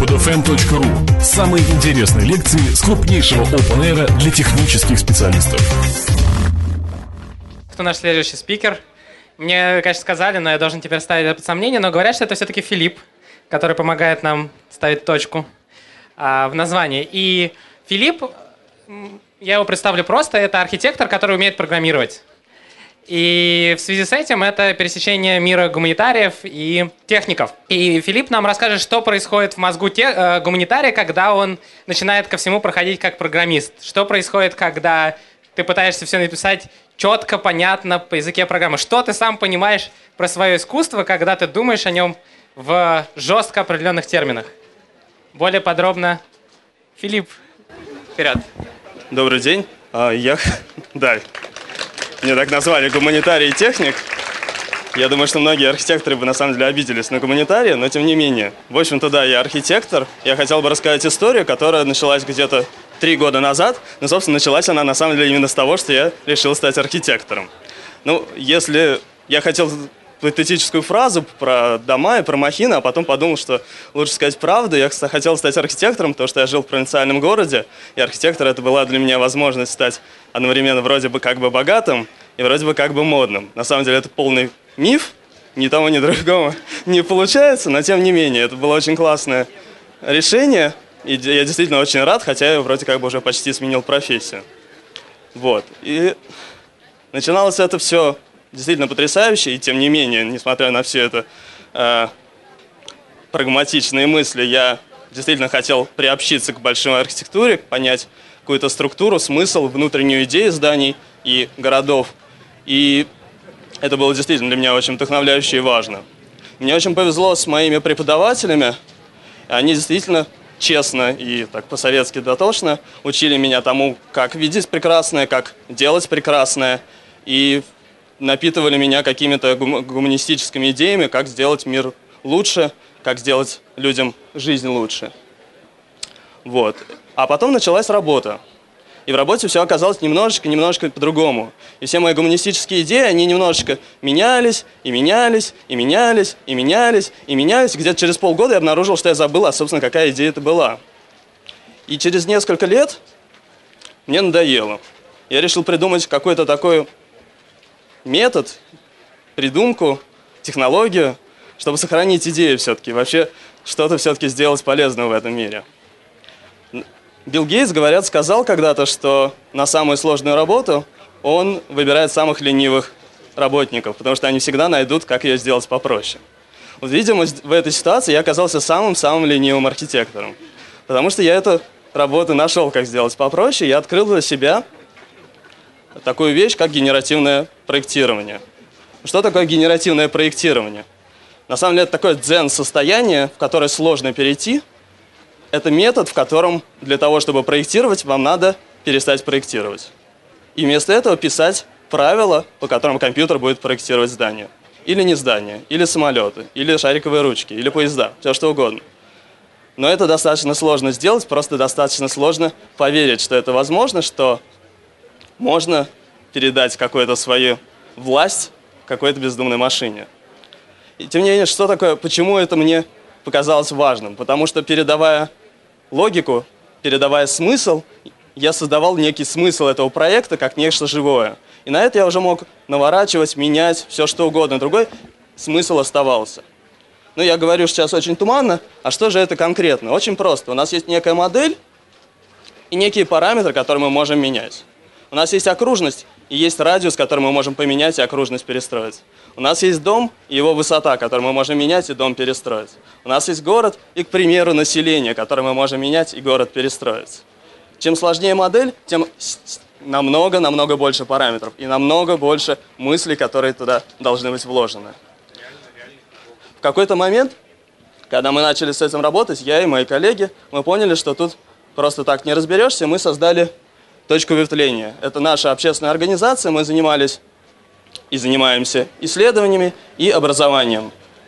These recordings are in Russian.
podfm.ru. Самые интересные лекции с крупнейшего Open Air для технических специалистов. Кто наш следующий спикер? Мне, конечно, сказали, но я должен теперь ставить это под сомнение, но говорят, что это все-таки Филипп, который помогает нам ставить точку в названии. И Филипп, я его представлю просто, это архитектор, который умеет программировать. И в связи с этим это пересечение мира гуманитариев и техников. И Филипп нам расскажет, что происходит в мозгу гуманитария, когда он начинает ко всему проходить как программист. Что происходит, когда ты пытаешься все написать четко, понятно, по языке программы. Что ты сам понимаешь про свое искусство, когда ты думаешь о нем в жестко определенных терминах. Более подробно Филипп, вперед. Добрый день. Да, меня так назвали гуманитарий и техник. Я думаю, что многие архитекторы бы на самом деле обиделись на гуманитария, но тем не менее. В общем-то, да, я архитектор. Я хотел бы рассказать историю, которая началась где-то 3 года назад. Но, собственно, началась она на самом деле именно с того, что я решил стать архитектором. Ну, если я хотел патетическую фразу про дома и про махины, а потом подумал, что лучше сказать правду. Я хотел стать архитектором, потому что я жил в провинциальном городе, и архитектор — это была для меня возможность стать одновременно вроде бы как бы богатым и вроде бы как бы модным. На самом деле это полный миф, ни того, ни другого не получается, но тем не менее, это было очень классное решение, и я действительно очень рад, хотя я вроде как бы уже почти сменил профессию. Вот, и начиналось это все действительно потрясающе, и тем не менее, несмотря на все это прагматичные мысли, я действительно хотел приобщиться к большой архитектуре, понять какую-то структуру, смысл, внутреннюю идею зданий и городов. И это было действительно для меня очень вдохновляюще и важно. Мне очень повезло с моими преподавателями. Они действительно честно и так по-советски дотошно учили меня тому, как видеть прекрасное, как делать прекрасное. И напитывали меня какими-то гуманистическими идеями, как сделать мир лучше, как сделать людям жизнь лучше. Вот. А потом началась работа. И в работе все оказалось немножечко по-другому. И все мои гуманистические идеи, они немножечко менялись, и менялись, и менялись, и менялись, и менялись. Где-то через полгода я обнаружил, что я забыл, собственно, какая идея это была. И через несколько лет мне надоело. Я решил придумать какой-то такой метод, придумку, технологию, чтобы сохранить идею все-таки, вообще что-то все-таки сделать полезного в этом мире. Билл Гейтс, говорят, сказал когда-то, что на самую сложную работу он выбирает самых ленивых работников, потому что они всегда найдут, как ее сделать попроще. Вот, видимо, в этой ситуации я оказался самым-самым ленивым архитектором, потому что я эту работу нашел, как сделать попроще, и я открыл для себя такую вещь, как генеративное проектирование. Что такое генеративное проектирование? На самом деле это такое дзен-состояние, в которое сложно перейти. Это метод, в котором для того, чтобы проектировать, вам надо перестать проектировать. И вместо этого писать правила, по которым компьютер будет проектировать здания. Или не здания, или самолеты, или шариковые ручки, или поезда, все что угодно. Но это достаточно сложно сделать, просто достаточно сложно поверить, что это возможно, что можно передать какую-то свою власть какой-то бездумной машине. И тем не менее, что такое, почему это мне показалось важным? Потому что, передавая логику, передавая смысл, я создавал некий смысл этого проекта как нечто живое. И на это я уже мог наворачивать, менять, все что угодно. Другой смысл оставался. Но я говорю сейчас очень туманно, а что же это конкретно? Очень просто. У нас есть некая модель и некие параметры, которые мы можем менять. У нас есть окружность и есть радиус, который мы можем поменять и окружность перестроить. У нас есть дом и его высота, которую мы можем менять и дом перестроить. У нас есть город и, к примеру, население, которое мы можем менять и город перестроить. Чем сложнее модель, тем намного больше параметров и намного больше мыслей, которые туда должны быть вложены. В какой-то момент, когда мы начали с этим работать, я и мои коллеги, мы поняли, что тут просто так не разберешься, мы создали «Точку ветвления». Это наша общественная организация, мы занимались и занимаемся исследованиями и образованием.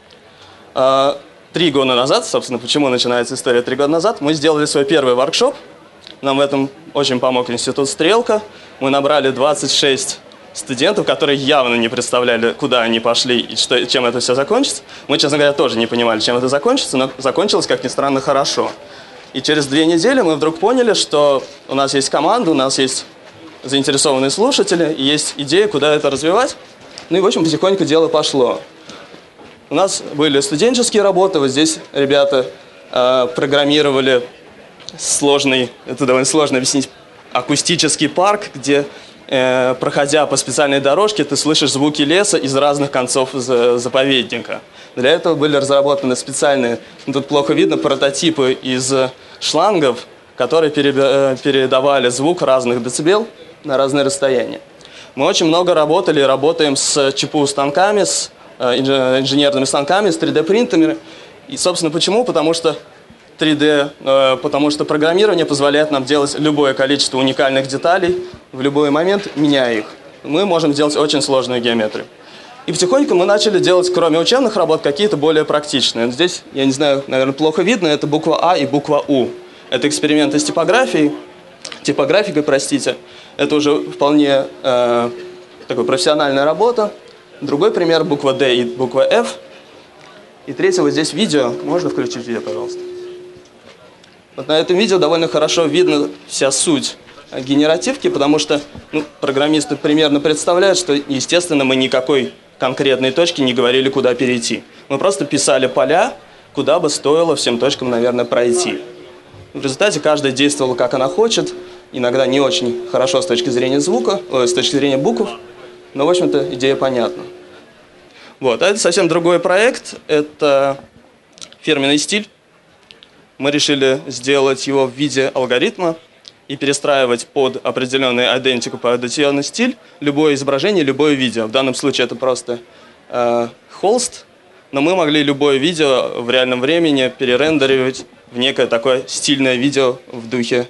3 года назад, собственно, почему начинается история 3 года назад, мы сделали свой первый воркшоп. Нам в этом очень помог институт «Стрелка». Мы набрали 26 студентов, которые явно не представляли, куда они пошли и чем это все закончится. Мы, честно говоря, тоже не понимали, чем это закончится, но закончилось, как ни странно, хорошо. И через 2 недели мы вдруг поняли, что у нас есть команда, у нас есть заинтересованные слушатели, и есть идея, куда это развивать. Ну и, в общем, потихоньку дело пошло. У нас были студенческие работы, вот здесь ребята программировали сложный, это довольно сложно объяснить, акустический парк, где, проходя по специальной дорожке, ты слышишь звуки леса из разных концов заповедника. Для этого были разработаны специальные, тут плохо видно, прототипы из шлангов, которые передавали звук разных децибел на разные расстояния. Мы очень много работали и работаем с ЧПУ-станками, с инженерными станками, с 3D-принтерами. И, собственно, почему? Потому что программирование позволяет нам делать любое количество уникальных деталей в любой момент, меняя их. Мы можем делать очень сложную геометрию. И потихоньку мы начали делать, кроме учебных работ, какие-то более практичные. Здесь, я не знаю, наверное, плохо видно, это буква А и буква У. Это эксперименты с типографикой, простите. Это уже вполне такая профессиональная работа. Другой пример, буква Д и буква F. И третье, вот здесь видео. Можно включить видео, пожалуйста? Вот на этом видео довольно хорошо видно вся суть генеративки, потому что программисты примерно представляют, что, естественно, мы никакой конкретной точки не говорили, куда перейти. Мы просто писали поля, куда бы стоило всем точкам, наверное, пройти. В результате каждая действовала, как она хочет, иногда не очень хорошо с точки зрения звука, с точки зрения букв, но, в общем-то, идея понятна. Вот. А это совсем другой проект, это фирменный стиль. Мы решили сделать его в виде алгоритма и перестраивать под определенный identical податионный стиль любое изображение, любое видео. В данном случае это просто холст, но мы могли любое видео в реальном времени перерендеривать в некое такое стильное видео в духе.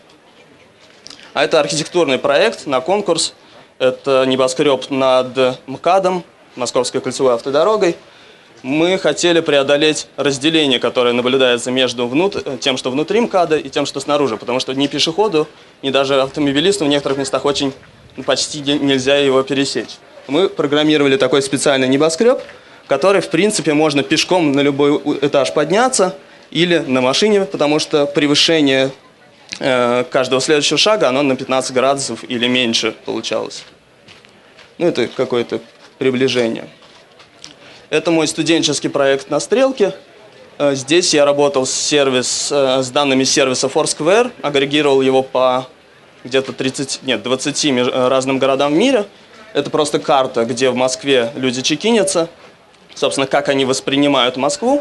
А это архитектурный проект на конкурс. Это небоскреб над МКАДом, Московской кольцевой автодорогой. Мы хотели преодолеть разделение, которое наблюдается между тем, что внутри МКАДа, и тем, что снаружи. Потому что ни пешеходу, ни даже автомобилисту в некоторых местах почти нельзя его пересечь. Мы программировали такой специальный небоскреб, который, в принципе, можно пешком на любой этаж подняться или на машине, потому что превышение каждого следующего шага, оно на 15 градусов или меньше получалось. Ну, это какое-то приближение. Это мой студенческий проект на Стрелке. Здесь я работал с данными сервиса Foursquare, агрегировал его по где-то 20 разным городам в мире. Это просто карта, где в Москве люди чекинятся, собственно, как они воспринимают Москву.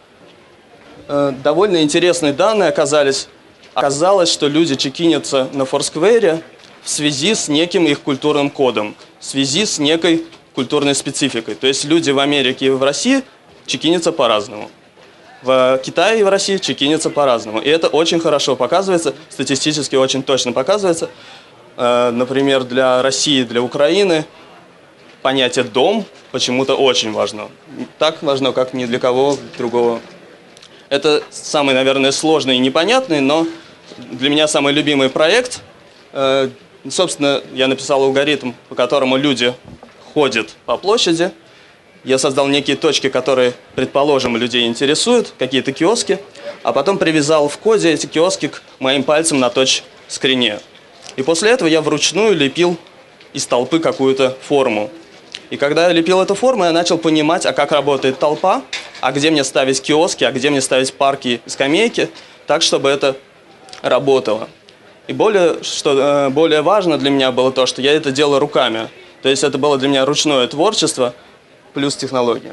Довольно интересные данные оказались. Оказалось, что люди чекинятся на Foursquare в связи с неким их культурным кодом, в связи с некой культурной спецификой. То есть люди в Америке и в России чекинятся по-разному. В Китае и в России чекинятся по-разному. И это очень хорошо показывается, статистически очень точно показывается. Например, для России, для Украины понятие «дом» почему-то очень важно. Так важно, как ни для кого другого. Это самый, наверное, сложный и непонятный, но для меня самый любимый проект. Собственно, я написал алгоритм, по которому люди ходят по площади. Я создал некие точки, которые, предположим, людей интересуют, какие-то киоски, а потом привязал в коде эти киоски к моим пальцам на тач-скрине. И после этого я вручную лепил из толпы какую-то форму. И когда я лепил эту форму, я начал понимать, а как работает толпа, а где мне ставить киоски, а где мне ставить парки и скамейки, так, чтобы это работало. И более важно для меня было то, что я это делал руками. То есть это было для меня ручное творчество плюс технология.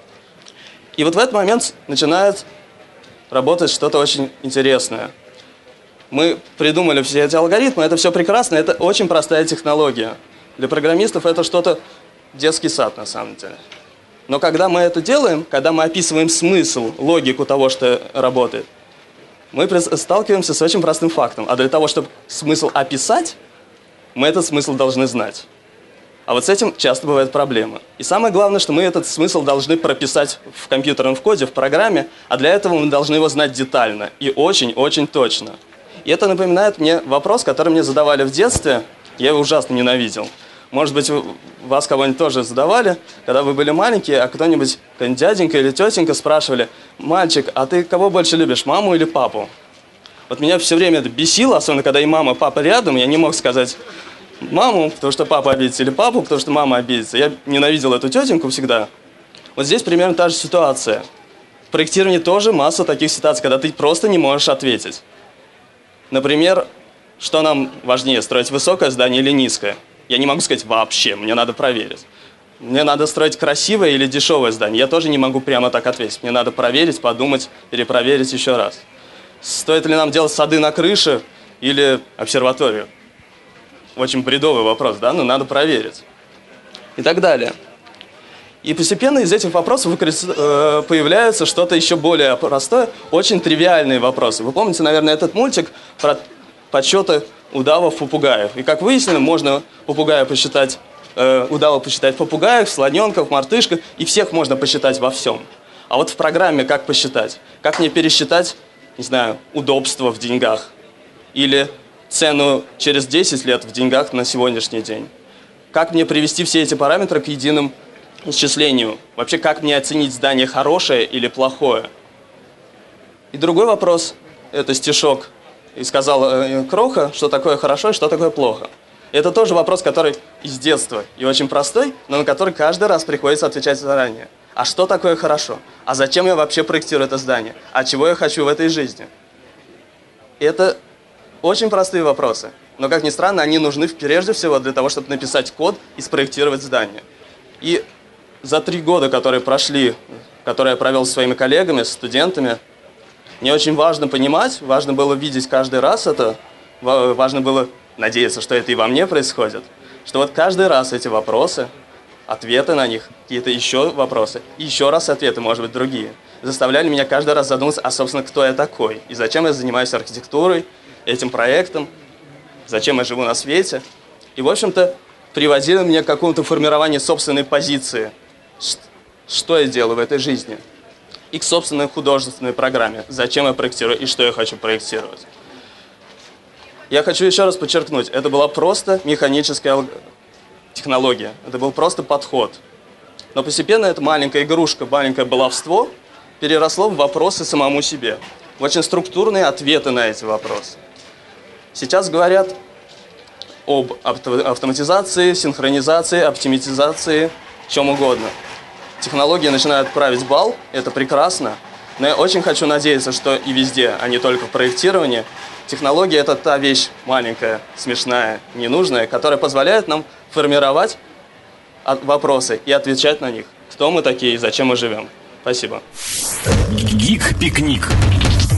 И вот в этот момент начинает работать что-то очень интересное. Мы придумали все эти алгоритмы, это все прекрасно, это очень простая технология. Для программистов это что-то детский сад на самом деле. Но когда мы это делаем, когда мы описываем смысл, логику того, что работает, мы сталкиваемся с очень простым фактом. А для того, чтобы смысл описать, мы этот смысл должны знать. А вот с этим часто бывают проблемы. И самое главное, что мы этот смысл должны прописать в компьютерном коде, в программе, а для этого мы должны его знать детально и очень-очень точно. И это напоминает мне вопрос, который мне задавали в детстве, я его ужасно ненавидел. Может быть, вас кого-нибудь тоже задавали, когда вы были маленькие, а кто-нибудь дяденька или тетенька спрашивали: «Мальчик, а ты кого больше любишь, маму или папу?» Вот меня все время это бесило, особенно когда и мама, и папа рядом, я не мог сказать маму, потому что папа обидится, или папу, потому что мама обидится. Я ненавидел эту тетеньку всегда. Вот здесь примерно та же ситуация. В проектировании тоже масса таких ситуаций, когда ты просто не можешь ответить. Например, что нам важнее, строить высокое здание или низкое? Я не могу сказать вообще, мне надо проверить. Мне надо строить красивое или дешевое здание? Я тоже не могу прямо так ответить. Мне надо проверить, подумать, перепроверить еще раз. Стоит ли нам делать сады на крыше или обсерваторию? Очень бредовый вопрос, да? Но надо проверить. И так далее. И постепенно из этих вопросов появляется что-то еще более простое, очень тривиальные вопросы. Вы помните, наверное, этот мультик про подсчеты удавов, попугаев. И как выяснено, можно удава посчитать в попугаях, в слоненках, в мартышках, и всех можно посчитать во всем. А вот в программе как посчитать? Как мне пересчитать, не знаю, удобство в деньгах? Или цену через 10 лет в деньгах на сегодняшний день? Как мне привести все эти параметры к единому исчислению? Вообще, как мне оценить здание хорошее или плохое? И другой вопрос, это стишок, и сказал Кроха, что такое хорошо и что такое плохо. Это тоже вопрос, который из детства и очень простой, но на который каждый раз приходится отвечать заранее. А что такое хорошо? А зачем я вообще проектирую это здание? А чего я хочу в этой жизни? Это очень простые вопросы, но, как ни странно, они нужны прежде всего для того, чтобы написать код и спроектировать здание. И за 3 года, которые прошли, которые я провел со своими коллегами, с студентами, мне очень важно понимать, важно было видеть каждый раз это, важно было надеяться, что это и во мне происходит, что вот каждый раз эти вопросы, ответы на них, какие-то еще вопросы, и еще раз ответы, может быть, другие, заставляли меня каждый раз задуматься, а, собственно, кто я такой, и зачем я занимаюсь архитектурой, этим проектом, зачем я живу на свете. И, в общем-то, приводило меня к какому-то формированию собственной позиции, что я делаю в этой жизни, и к собственной художественной программе, зачем я проектирую и что я хочу проектировать. Я хочу еще раз подчеркнуть, это была просто механическая технология, это был просто подход. Но постепенно эта маленькая игрушка, маленькое баловство переросло в вопросы самому себе, в очень структурные ответы на эти вопросы. Сейчас говорят об автоматизации, синхронизации, оптимизации, чем угодно. Технологии начинают править бал, это прекрасно, но я очень хочу надеяться, что и везде, а не только в проектировании, технология – это та вещь маленькая, смешная, ненужная, которая позволяет нам формировать вопросы и отвечать на них. Кто мы такие и зачем мы живем. Спасибо. Гик-пикник.